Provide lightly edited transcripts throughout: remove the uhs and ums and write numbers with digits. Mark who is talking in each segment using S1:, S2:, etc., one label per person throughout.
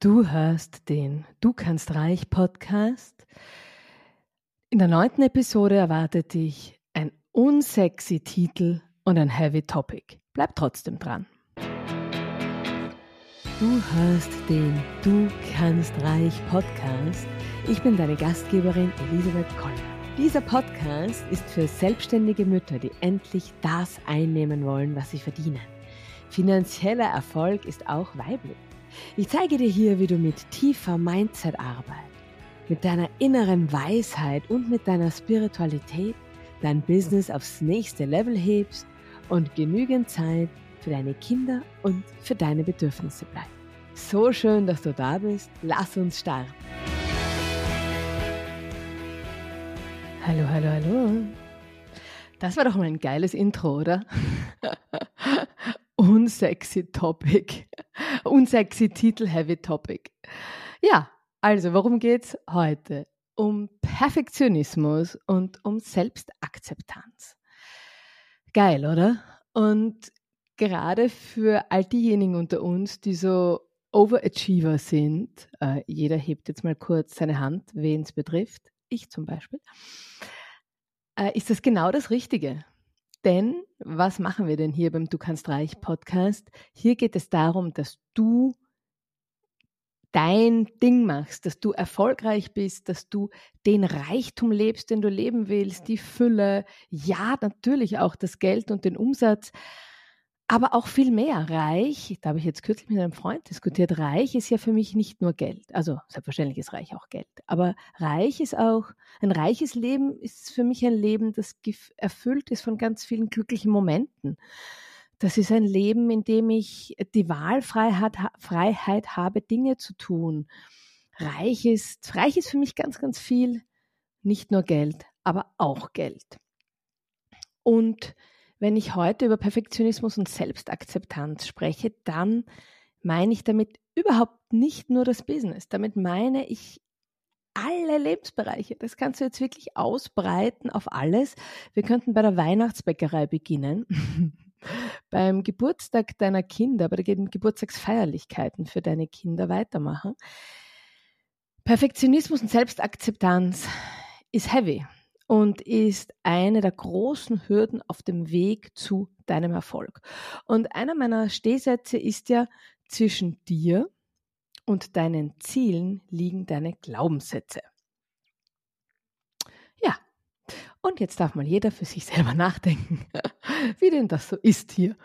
S1: Du hörst den Du kannst reich Podcast. In der 9. Episode erwartet dich ein unsexy Titel und ein heavy Topic. Bleib trotzdem dran. Du hörst den Du kannst reich Podcast. Ich bin deine Gastgeberin Elisabeth Koller. Dieser Podcast ist für selbstständige Mütter, die endlich das einnehmen wollen, was sie verdienen. Finanzieller Erfolg ist auch weiblich. Ich zeige dir hier, wie du mit tiefer Mindset-Arbeit, mit deiner inneren Weisheit und mit deiner Spiritualität dein Business aufs nächste Level hebst und genügend Zeit für deine Kinder und für deine Bedürfnisse bleibt. So schön, dass du da bist. Lass uns starten. Hallo, hallo, hallo. Das war doch mal ein geiles Intro, oder? Unsexy Topic. Unsexy Titel, heavy Topic. Ja, also worum geht's heute? Um Perfektionismus und um Selbstakzeptanz. Geil, oder? Und gerade für all diejenigen unter uns, die so Overachiever sind, jeder hebt jetzt mal kurz seine Hand, wen es betrifft, ich zum Beispiel, ist das genau das Richtige. Denn was machen wir denn hier beim Du kannst reich Podcast? Hier geht es darum, dass du dein Ding machst, dass du erfolgreich bist, dass du den Reichtum lebst, den du leben willst, die Fülle, ja, natürlich auch das Geld und den Umsatz, aber auch viel mehr. Reich, da habe ich jetzt kürzlich mit einem Freund diskutiert, reich ist ja für mich nicht nur Geld. Also selbstverständlich ist reich auch Geld, aber reich ist auch, ein reiches Leben ist für mich ein Leben, das erfüllt ist von ganz vielen glücklichen Momenten. Das ist ein Leben, in dem ich die Wahlfreiheit habe, Dinge zu tun. Reich ist für mich ganz, ganz viel, nicht nur Geld, aber auch Geld. Und wenn ich heute über Perfektionismus und Selbstakzeptanz spreche, dann meine ich damit überhaupt nicht nur das Business. Damit meine ich alle Lebensbereiche. Das kannst du jetzt wirklich ausbreiten auf alles. Wir könnten bei der Weihnachtsbäckerei beginnen, beim Geburtstag deiner Kinder, bei den Geburtstagsfeierlichkeiten für deine Kinder weitermachen. Perfektionismus und Selbstakzeptanz ist heavy und ist eine der großen Hürden auf dem Weg zu deinem Erfolg. Und einer meiner Stehsätze ist ja, zwischen dir und deinen Zielen liegen deine Glaubenssätze. Ja, und jetzt darf mal jeder für sich selber nachdenken, wie denn das so ist hier.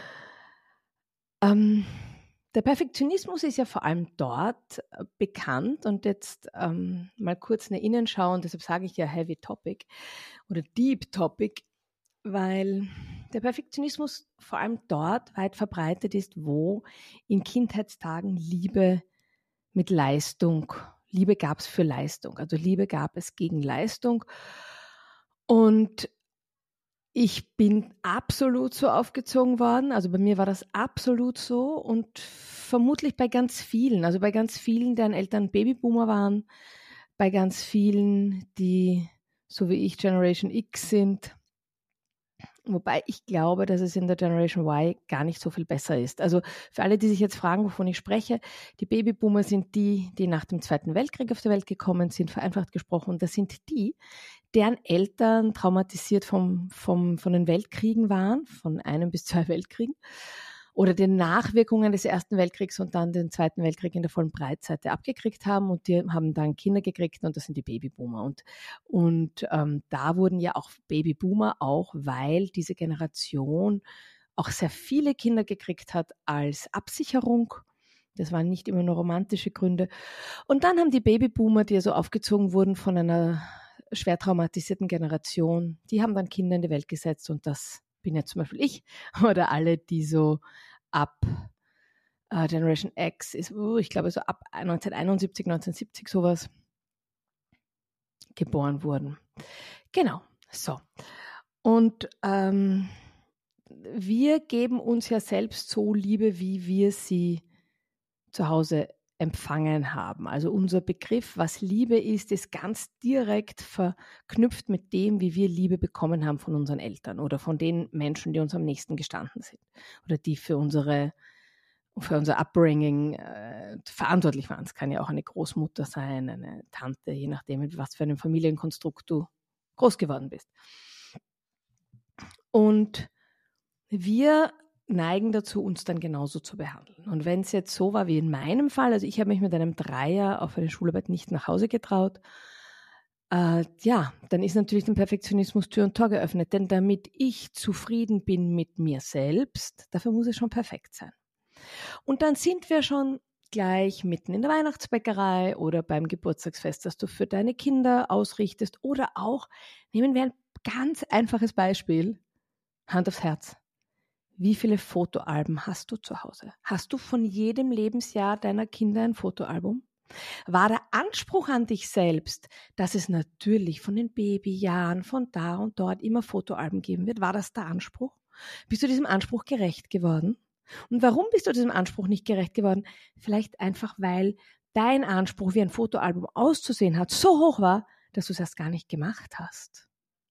S1: Der Perfektionismus ist ja vor allem dort bekannt und jetzt mal kurz eine Innenschau und deshalb sage ich ja Heavy Topic oder Deep Topic, weil der Perfektionismus vor allem dort weit verbreitet ist, wo in Kindheitstagen Liebe mit Leistung, Liebe gab es für Leistung, also Liebe gab es gegen Leistung und ich bin absolut so aufgezogen worden, also bei mir war das absolut so und vermutlich bei ganz vielen, also bei ganz vielen, deren Eltern Babyboomer waren, bei ganz vielen, die so wie ich Generation X sind, wobei ich glaube, dass es in der Generation Y gar nicht so viel besser ist. Also für alle, die sich jetzt fragen, wovon ich spreche, die Babyboomer sind die, die nach dem Zweiten Weltkrieg auf die Welt gekommen sind, vereinfacht gesprochen. Und das sind die, deren Eltern traumatisiert von den Weltkriegen waren, von 1 bis 2 Weltkriegen oder den Nachwirkungen des Ersten Weltkriegs und dann den Zweiten Weltkrieg in der vollen Breitseite abgekriegt haben und die haben dann Kinder gekriegt und das sind die Babyboomer. Und da wurden ja auch Babyboomer, auch weil diese Generation auch sehr viele Kinder gekriegt hat als Absicherung. Das waren nicht immer nur romantische Gründe. Und dann haben die Babyboomer, die also aufgezogen wurden von einer schwer traumatisierten Generation, die haben dann Kinder in die Welt gesetzt und das bin jetzt zum Beispiel ich oder alle, die so ab Generation X ist, ich glaube so ab 1971, 1970 sowas geboren wurden. Genau, so. Und wir geben uns ja selbst so Liebe, wie wir sie zu Hause empfangen haben. Also unser Begriff, was Liebe ist ganz direkt verknüpft mit dem, wie wir Liebe bekommen haben von unseren Eltern oder von den Menschen, die uns am nächsten gestanden sind oder die für unsere für unser Upbringing verantwortlich waren. Es kann ja auch eine Großmutter sein, eine Tante, je nachdem, mit was für einem Familienkonstrukt du groß geworden bist. Und wir neigen dazu, uns dann genauso zu behandeln. Und wenn es jetzt so war wie in meinem Fall, also ich habe mich mit einem 3er auf eine Schularbeit nicht nach Hause getraut, dann ist natürlich dem Perfektionismus Tür und Tor geöffnet. Denn damit ich zufrieden bin mit mir selbst, dafür muss es schon perfekt sein. Und dann sind wir schon gleich mitten in der Weihnachtsbäckerei oder beim Geburtstagsfest, das du für deine Kinder ausrichtest. Oder auch, nehmen wir ein ganz einfaches Beispiel, Hand aufs Herz. Wie viele Fotoalben hast du zu Hause? Hast du von jedem Lebensjahr deiner Kinder ein Fotoalbum? War der Anspruch an dich selbst, dass es natürlich von den Babyjahren, von da und dort immer Fotoalben geben wird? War das der Anspruch? Bist du diesem Anspruch gerecht geworden? Und warum bist du diesem Anspruch nicht gerecht geworden? Vielleicht einfach, weil dein Anspruch, wie ein Fotoalbum auszusehen hat, so hoch war, dass du es erst gar nicht gemacht hast.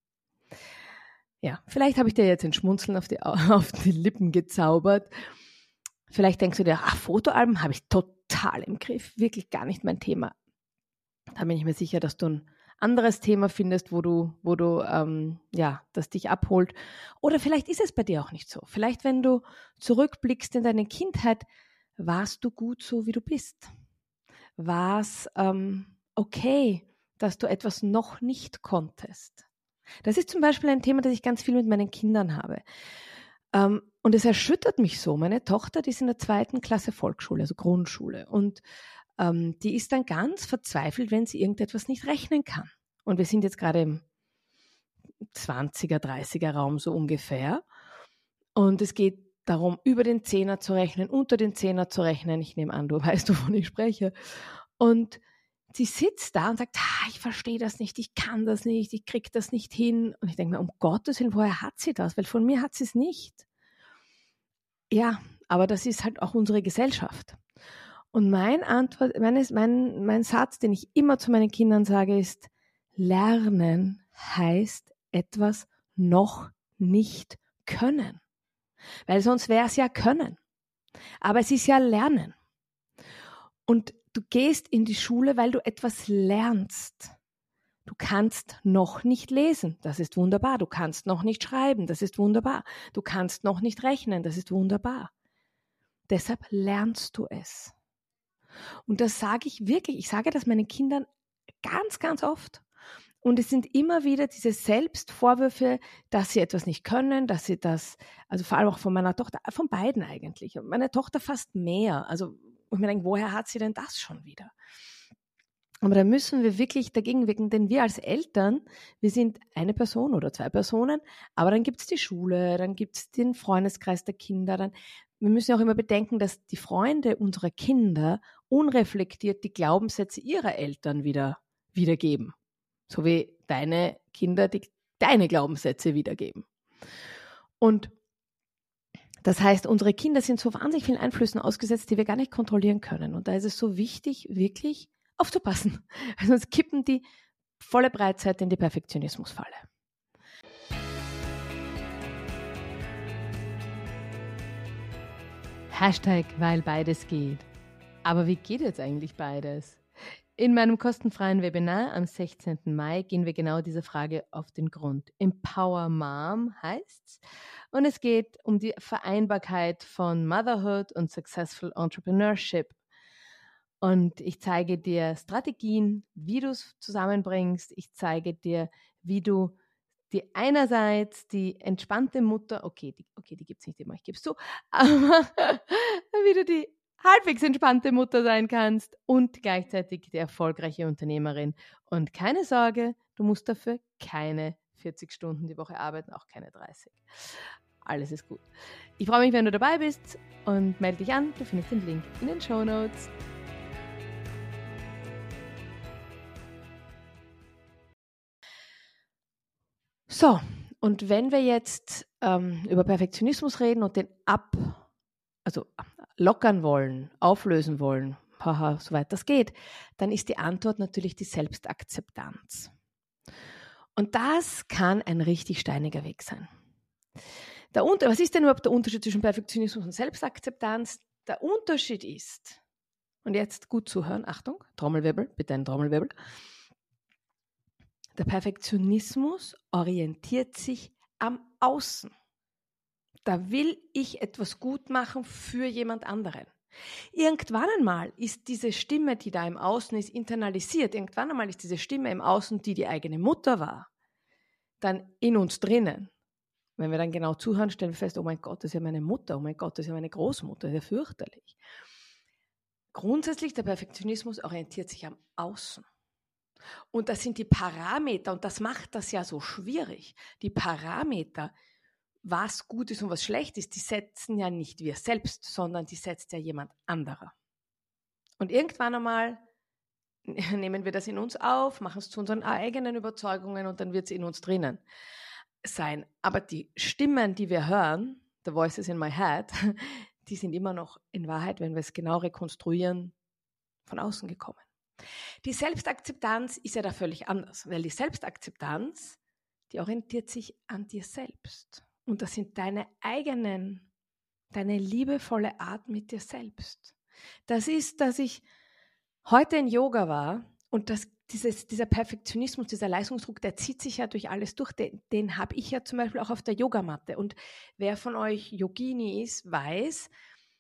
S1: Ja, vielleicht habe ich dir jetzt ein Schmunzeln auf die Lippen gezaubert. Vielleicht denkst du dir, Fotoalben habe ich total im Griff, wirklich gar nicht mein Thema. Da bin ich mir sicher, dass du ein anderes Thema findest, wo du das dich abholt. Oder vielleicht ist es bei dir auch nicht so. Vielleicht, wenn du zurückblickst in deine Kindheit, warst du gut so, wie du bist. War es okay, dass du etwas noch nicht konntest. Das ist zum Beispiel ein Thema, das ich ganz viel mit meinen Kindern habe. Und es erschüttert mich so. Meine Tochter, die ist in der 2. Klasse Volksschule, also Grundschule. Und die ist dann ganz verzweifelt, wenn sie irgendetwas nicht rechnen kann. Und wir sind jetzt gerade im 20er, 30er Raum so ungefähr. Und es geht darum, über den Zehner zu rechnen, unter den Zehner zu rechnen. Ich nehme an, du weißt, wovon ich spreche. Und sie sitzt da und sagt, ich verstehe das nicht, ich kann das nicht, ich kriege das nicht hin. Und ich denke mir, um Gottes Willen, woher hat sie das? Weil von mir hat sie es nicht. Ja, aber das ist halt auch unsere Gesellschaft. Und mein Satz, den ich immer zu meinen Kindern sage, ist, Lernen heißt etwas noch nicht können. Weil sonst wäre es ja können. Aber es ist ja Lernen. Und du gehst in die Schule, weil du etwas lernst. Du kannst noch nicht lesen, das ist wunderbar. Du kannst noch nicht schreiben, das ist wunderbar. Du kannst noch nicht rechnen, das ist wunderbar. Deshalb lernst du es. Und das sage ich wirklich, ich sage das meinen Kindern ganz, ganz oft. Und es sind immer wieder diese Selbstvorwürfe, dass sie etwas nicht können, dass sie das, also vor allem auch von meiner Tochter, von beiden eigentlich. Und meine Tochter fast mehr. Also ich mir denke, woher hat sie denn das schon wieder? Aber da müssen wir wirklich dagegen wirken, denn wir als Eltern, wir sind eine Person oder 2 Personen, aber dann gibt es die Schule, dann gibt es den Freundeskreis der Kinder. Wir müssen auch immer bedenken, dass die Freunde unserer Kinder unreflektiert die Glaubenssätze ihrer Eltern wiedergeben. So wie deine Kinder deine Glaubenssätze wiedergeben. Und das heißt, unsere Kinder sind so wahnsinnig vielen Einflüssen ausgesetzt, die wir gar nicht kontrollieren können. Und da ist es so wichtig, wirklich aufzupassen. Sonst kippen die volle Breitseite in die Perfektionismusfalle. Hashtag, weil beides geht. Aber wie geht jetzt eigentlich beides? In meinem kostenfreien Webinar am 16. Mai gehen wir genau dieser Frage auf den Grund. Empower Mom heißt's. Und es geht um die Vereinbarkeit von Motherhood und Successful Entrepreneurship. Und ich zeige dir Strategien, wie du es zusammenbringst. Ich zeige dir, wie du die einerseits die entspannte Mutter, die gibt es nicht immer, ich gebe es zu, aber wie du die halbwegs entspannte Mutter sein kannst und gleichzeitig die erfolgreiche Unternehmerin. Und keine Sorge, du musst dafür keine 40 Stunden die Woche arbeiten, auch keine 30. Alles ist gut. Ich freue mich, wenn du dabei bist und melde dich an. Du findest den Link in den Shownotes. So, und wenn wir jetzt über Perfektionismus reden und den lockern wollen, auflösen wollen, soweit das geht, dann ist die Antwort natürlich die Selbstakzeptanz. Und das kann ein richtig steiniger Weg sein. Was ist denn überhaupt der Unterschied zwischen Perfektionismus und Selbstakzeptanz? Der Unterschied ist, und jetzt gut zuhören, Achtung, Trommelwirbel, bitte ein Trommelwirbel. Der Perfektionismus orientiert sich am Außen. Da will ich etwas gut machen für jemand anderen. Irgendwann einmal ist diese Stimme, die da im Außen ist, internalisiert. Irgendwann einmal ist diese Stimme im Außen, die eigene Mutter war, dann in uns drinnen. Wenn wir dann genau zuhören, stellen wir fest, oh mein Gott, das ist ja meine Mutter, oh mein Gott, das ist ja meine Großmutter, das ist ja fürchterlich. Grundsätzlich, der Perfektionismus orientiert sich am Außen. Und das sind die Parameter, und das macht das ja so schwierig. Die Parameter, was gut ist und was schlecht ist, die setzen ja nicht wir selbst, sondern die setzt ja jemand anderer. Und irgendwann einmal nehmen wir das in uns auf, machen es zu unseren eigenen Überzeugungen und dann wird es in uns drinnen sein. Aber die Stimmen, die wir hören, the voices in my head, die sind immer noch in Wahrheit, wenn wir es genau rekonstruieren, von außen gekommen. Die Selbstakzeptanz ist ja da völlig anders, weil die Selbstakzeptanz, die orientiert sich an dir selbst. Und das sind deine liebevolle Art mit dir selbst. Das ist, dass ich heute in Yoga war und dieser Perfektionismus, dieser Leistungsdruck, der zieht sich ja durch alles durch. Den habe ich ja zum Beispiel auch auf der Yogamatte. Und wer von euch Yogini ist, weiß,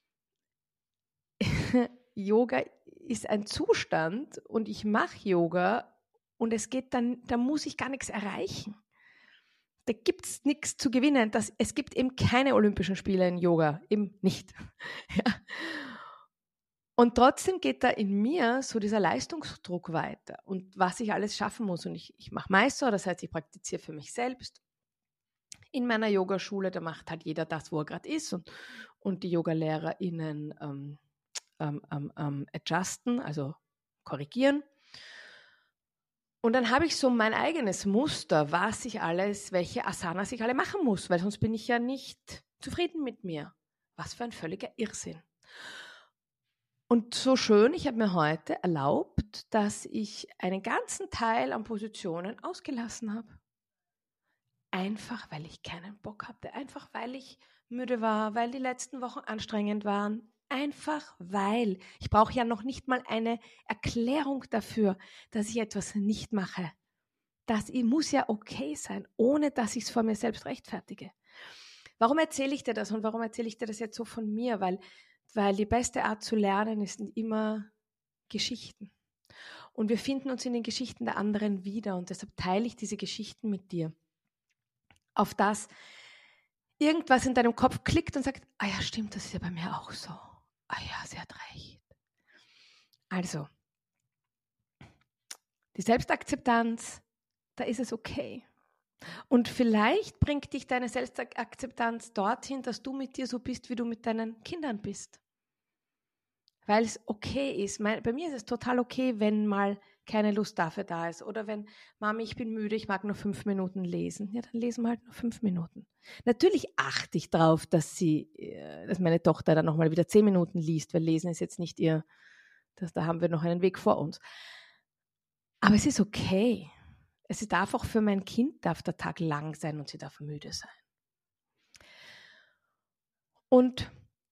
S1: Yoga ist ein Zustand und ich mache Yoga und es geht dann, da muss ich gar nichts erreichen. Da gibt es nichts zu gewinnen. Es gibt eben keine Olympischen Spiele in Yoga, eben nicht. Ja. Und trotzdem geht da in mir so dieser Leistungsdruck weiter und was ich alles schaffen muss. Und ich mache Meister, das heißt, ich praktiziere für mich selbst. In meiner Yogaschule, da macht halt jeder das, wo er gerade ist und die YogalehrerInnen adjusten, also korrigieren. Und dann habe ich so mein eigenes Muster, welche Asanas ich alle machen muss, weil sonst bin ich ja nicht zufrieden mit mir. Was für ein völliger Irrsinn. Und so schön, ich habe mir heute erlaubt, dass ich einen ganzen Teil an Positionen ausgelassen habe. Einfach, weil ich keinen Bock hatte, einfach, weil ich müde war, weil die letzten Wochen anstrengend waren. Einfach weil. Ich brauche ja noch nicht mal eine Erklärung dafür, dass ich etwas nicht mache. Das muss ja okay sein, ohne dass ich es vor mir selbst rechtfertige. Warum erzähle ich dir das und warum erzähle ich dir das jetzt so von mir? Weil die beste Art zu lernen sind immer Geschichten. Und wir finden uns in den Geschichten der anderen wieder und deshalb teile ich diese Geschichten mit dir. Auf das irgendwas in deinem Kopf klickt und sagt, ah ja, stimmt, das ist ja bei mir auch so. Ah ja, sie hat recht. Also, die Selbstakzeptanz, da ist es okay. Und vielleicht bringt dich deine Selbstakzeptanz dorthin, dass du mit dir so bist, wie du mit deinen Kindern bist. Weil es okay ist. Bei mir ist es total okay, wenn mal keine Lust dafür da ist. Oder wenn, Mami, ich bin müde, ich mag nur 5 Minuten lesen. Ja, dann lesen wir halt nur 5 Minuten. Natürlich achte ich darauf, dass meine Tochter dann nochmal wieder 10 Minuten liest, weil Lesen ist jetzt nicht da haben wir noch einen Weg vor uns. Aber es ist okay. Es darf auch für mein Kind, darf der Tag lang sein und sie darf müde sein. Und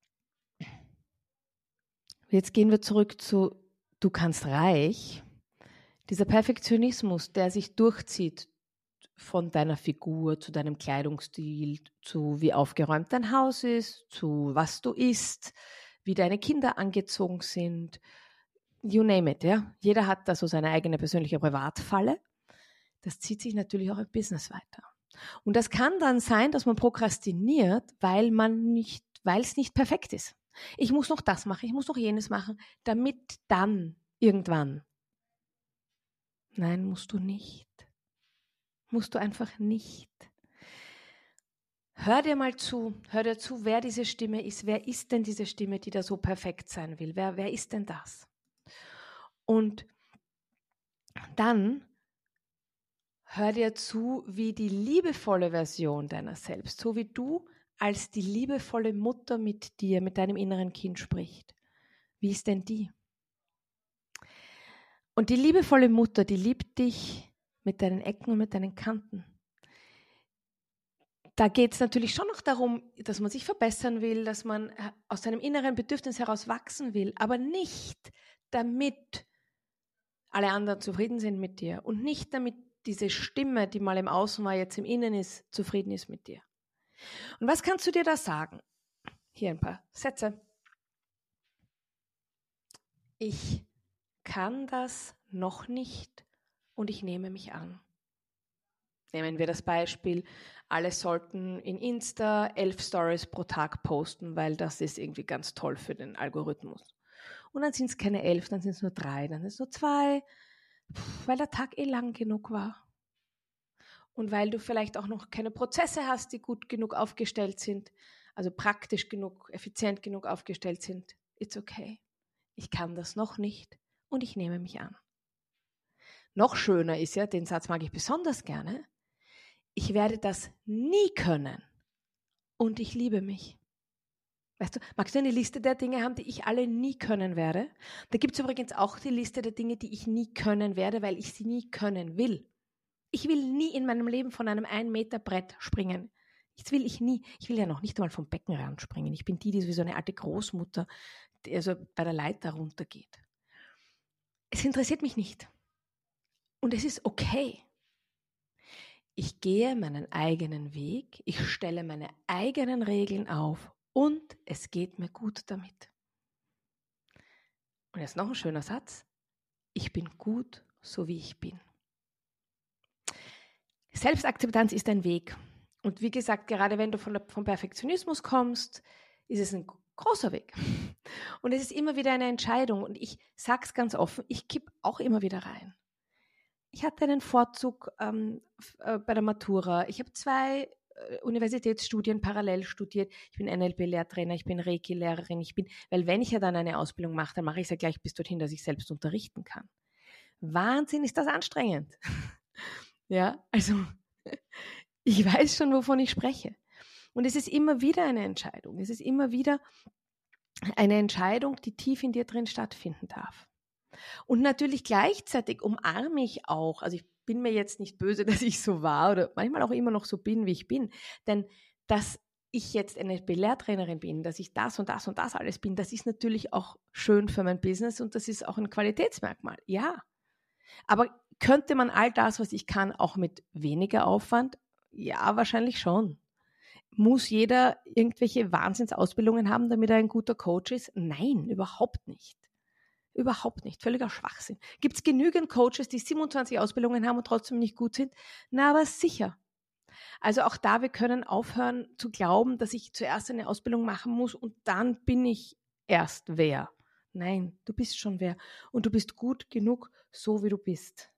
S1: jetzt gehen wir zurück zu du kannst reich. Dieser Perfektionismus, der sich durchzieht von deiner Figur zu deinem Kleidungsstil, zu wie aufgeräumt dein Haus ist, zu was du isst, wie deine Kinder angezogen sind, you name it, ja. Jeder hat da so seine eigene persönliche Privatfalle. Das zieht sich natürlich auch im Business weiter. Und das kann dann sein, dass man prokrastiniert, weil es nicht perfekt ist. Ich muss noch das machen, ich muss noch jenes machen, damit dann irgendwann. Nein, musst du nicht. Musst du einfach nicht. Hör dir zu, wer diese Stimme ist. Wer ist denn diese Stimme, die da so perfekt sein will? Wer ist denn das? Und dann hör dir zu, wie die liebevolle Version deiner selbst, so wie du als die liebevolle Mutter mit dir, mit deinem inneren Kind spricht. Wie ist denn die? Und die liebevolle Mutter, die liebt dich mit deinen Ecken und mit deinen Kanten. da geht es natürlich schon noch darum, dass man sich verbessern will, dass man aus seinem inneren Bedürfnis heraus wachsen will, aber nicht damit alle anderen zufrieden sind mit dir und nicht damit diese Stimme, die mal im Außen war, jetzt im Innen ist, zufrieden ist mit dir. Und was kannst du dir da sagen? Hier ein paar Sätze. Ich kann das noch nicht und ich nehme mich an. Nehmen wir das Beispiel, alle sollten in Insta 11 Stories pro Tag posten, weil das ist irgendwie ganz toll für den Algorithmus. Und dann sind es keine 11, dann sind es nur 3, dann sind es nur 2, weil der Tag lang genug war. Und weil du vielleicht auch noch keine Prozesse hast, die gut genug aufgestellt sind, also praktisch genug, effizient genug aufgestellt sind. It's okay. Ich kann das noch nicht und ich nehme mich an. Noch schöner ist ja, den Satz mag ich besonders gerne, ich werde das nie können und ich liebe mich. Weißt du, magst du eine Liste der Dinge haben, die ich alle nie können werde? Da gibt es übrigens auch die Liste der Dinge, die ich nie können werde, weil ich sie nie können will. Ich will nie in meinem Leben von einem 1 Meter Brett springen. Das will ich nie. Ich will ja noch nicht einmal vom Beckenrand springen. Ich bin die wie so eine alte Großmutter, die also bei der Leiter runtergeht. Es interessiert mich nicht. Und es ist okay. Ich gehe meinen eigenen Weg, ich stelle meine eigenen Regeln auf und es geht mir gut damit. Und jetzt noch ein schöner Satz. Ich bin gut, so wie ich bin. Selbstakzeptanz ist ein Weg. Und wie gesagt, gerade wenn du vom Perfektionismus kommst, ist es ein großer Weg. Und es ist immer wieder eine Entscheidung. Und ich sage es ganz offen, ich kippe auch immer wieder rein. Ich hatte einen Vorzug bei der Matura. Ich habe 2 Universitätsstudien parallel studiert. Ich bin NLP-Lehrtrainer, ich bin Reiki-Lehrerin. Weil wenn ich ja dann eine Ausbildung mache, dann mache ich es ja gleich bis dorthin, dass ich selbst unterrichten kann. Wahnsinn, ist das anstrengend. Ja, also ich weiß schon, wovon ich spreche. Und es ist immer wieder eine Entscheidung. Es ist immer wieder eine Entscheidung, die tief in dir drin stattfinden darf. Und natürlich gleichzeitig umarme ich auch, also ich bin mir jetzt nicht böse, dass ich so war oder manchmal auch immer noch so bin, wie ich bin, denn dass ich jetzt eine Lehrtrainerin bin, dass ich das und das und das alles bin, das ist natürlich auch schön für mein Business und das ist auch ein Qualitätsmerkmal, ja. Aber könnte man all das, was ich kann, auch mit weniger Aufwand? Ja, wahrscheinlich schon. Muss jeder irgendwelche Wahnsinnsausbildungen haben, damit er ein guter Coach ist? Nein, überhaupt nicht. Überhaupt nicht. Völliger Schwachsinn. Gibt es genügend Coaches, die 27 Ausbildungen haben und trotzdem nicht gut sind? Na, aber sicher. Also auch da, wir können aufhören zu glauben, dass ich zuerst eine Ausbildung machen muss und dann bin ich erst wer. Nein, du bist schon wer. Und du bist gut genug, so wie du bist.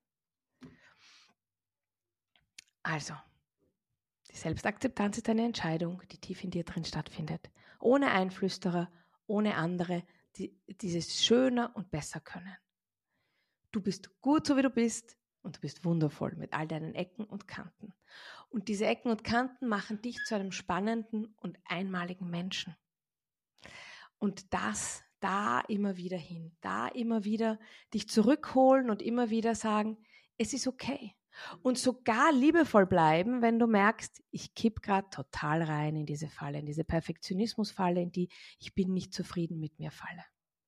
S1: Also, die Selbstakzeptanz ist eine Entscheidung, die tief in dir drin stattfindet. Ohne Einflüsterer, ohne andere, die dieses schöner und besser können. Du bist gut, so wie du bist und du bist wundervoll mit all deinen Ecken und Kanten. Und diese Ecken und Kanten machen dich zu einem spannenden und einmaligen Menschen. Und das da immer wieder hin, da immer wieder dich zurückholen und immer wieder sagen, es ist okay. Und sogar liebevoll bleiben, wenn du merkst, ich kipp gerade total rein in diese Falle, in diese Perfektionismusfalle, in die ich bin nicht zufrieden mit mir Falle.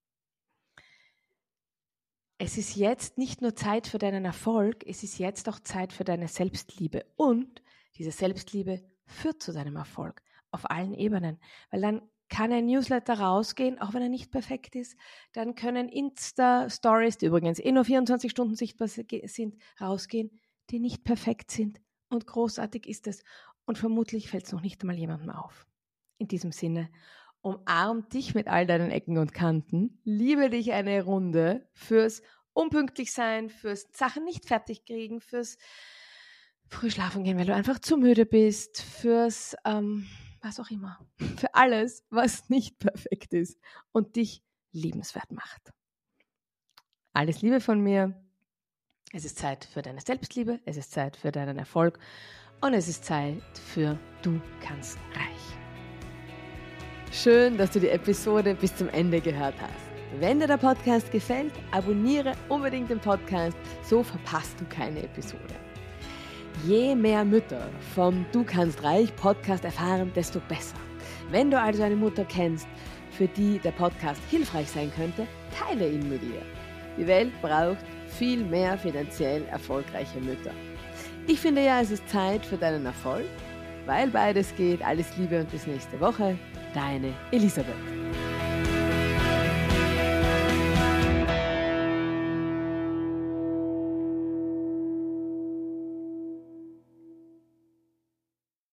S1: Es ist jetzt nicht nur Zeit für deinen Erfolg, es ist jetzt auch Zeit für deine Selbstliebe. Und diese Selbstliebe führt zu deinem Erfolg auf allen Ebenen, weil dann kann ein Newsletter rausgehen, auch wenn er nicht perfekt ist. Dann können Insta-Stories, die übrigens nur 24 Stunden sichtbar sind, rausgehen, die nicht perfekt sind. Und großartig ist es. Und vermutlich fällt es noch nicht einmal jemandem auf. In diesem Sinne, umarm dich mit all deinen Ecken und Kanten. Liebe dich eine Runde fürs Unpünktlichsein, fürs Sachen nicht fertig kriegen, fürs früh schlafen gehen, weil du einfach zu müde bist, fürs was auch immer, für alles, was nicht perfekt ist und dich liebenswert macht. Alles Liebe von mir. Es ist Zeit für deine Selbstliebe, es ist Zeit für deinen Erfolg und es ist Zeit für Du kannst reich. Schön, dass du die Episode bis zum Ende gehört hast. Wenn dir der Podcast gefällt, abonniere unbedingt den Podcast, so verpasst du keine Episode. Je mehr Mütter vom Du kannst reich Podcast erfahren, desto besser. Wenn du also eine Mutter kennst, für die der Podcast hilfreich sein könnte, teile ihn mit ihr. Die Welt braucht viel mehr finanziell erfolgreiche Mütter. Ich finde ja, es ist Zeit für deinen Erfolg, weil beides geht. Alles Liebe und bis nächste Woche. Deine Elisabeth.